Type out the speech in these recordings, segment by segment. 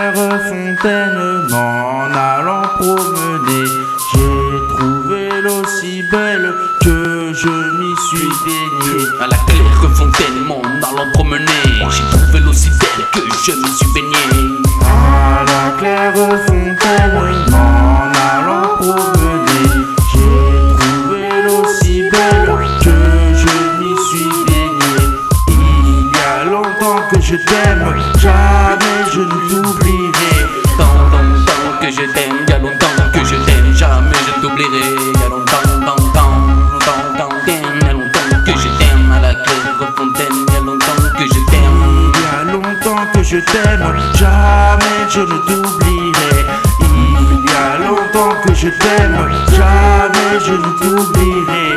Clairefontaine, m'en allant promener, j'ai trouvé l'eau si belle que je m'y suis baigné. À la Clairefontaine, m'en allant promener, j'ai trouvé l'eau si belle que je m'y suis baigné. À la Clairefontaine, m'en allant promener, j'ai trouvé l'eau si belle que je m'y suis baigné. Il y a longtemps que je t'aime, jamais je ne t'oublierai. Tant que je t'aime, y'a longtemps que je t'aime, jamais je t'oublierai. Y'a longtemps que je t'aime, à la Clairefontaine, y'a longtemps que je t'aime. Il y a longtemps que je t'aime, jamais je ne t'oublierai. Il y a longtemps que je t'aime, jamais je ne t'oublierai.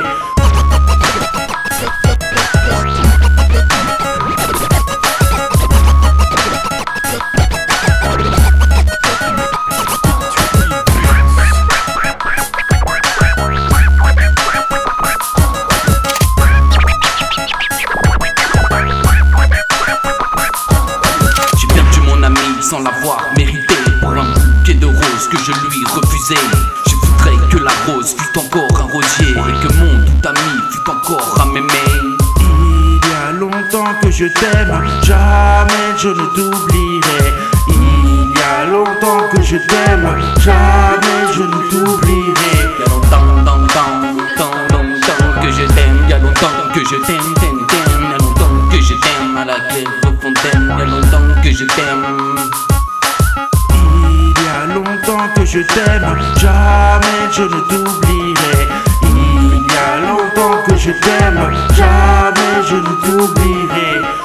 Sans l'avoir mérité, pour un bouquet de roses que je lui refusais. Je voudrais que la rose fût encore un rosier, et que mon tout ami fût encore à m'aimer. Il y a longtemps que je t'aime, jamais je ne t'oublierai. Il y a longtemps que je t'aime, jamais je ne t'oublierai. Il y a longtemps que je t'aime, il y a longtemps que je t'aime, il y a longtemps que je t'aime, à la Clairefontaine, il y a longtemps que je t'aime. Il y a longtemps que je t'aime, jamais je ne t'oublierai. Il y a longtemps que je t'aime, jamais je ne t'oublierai.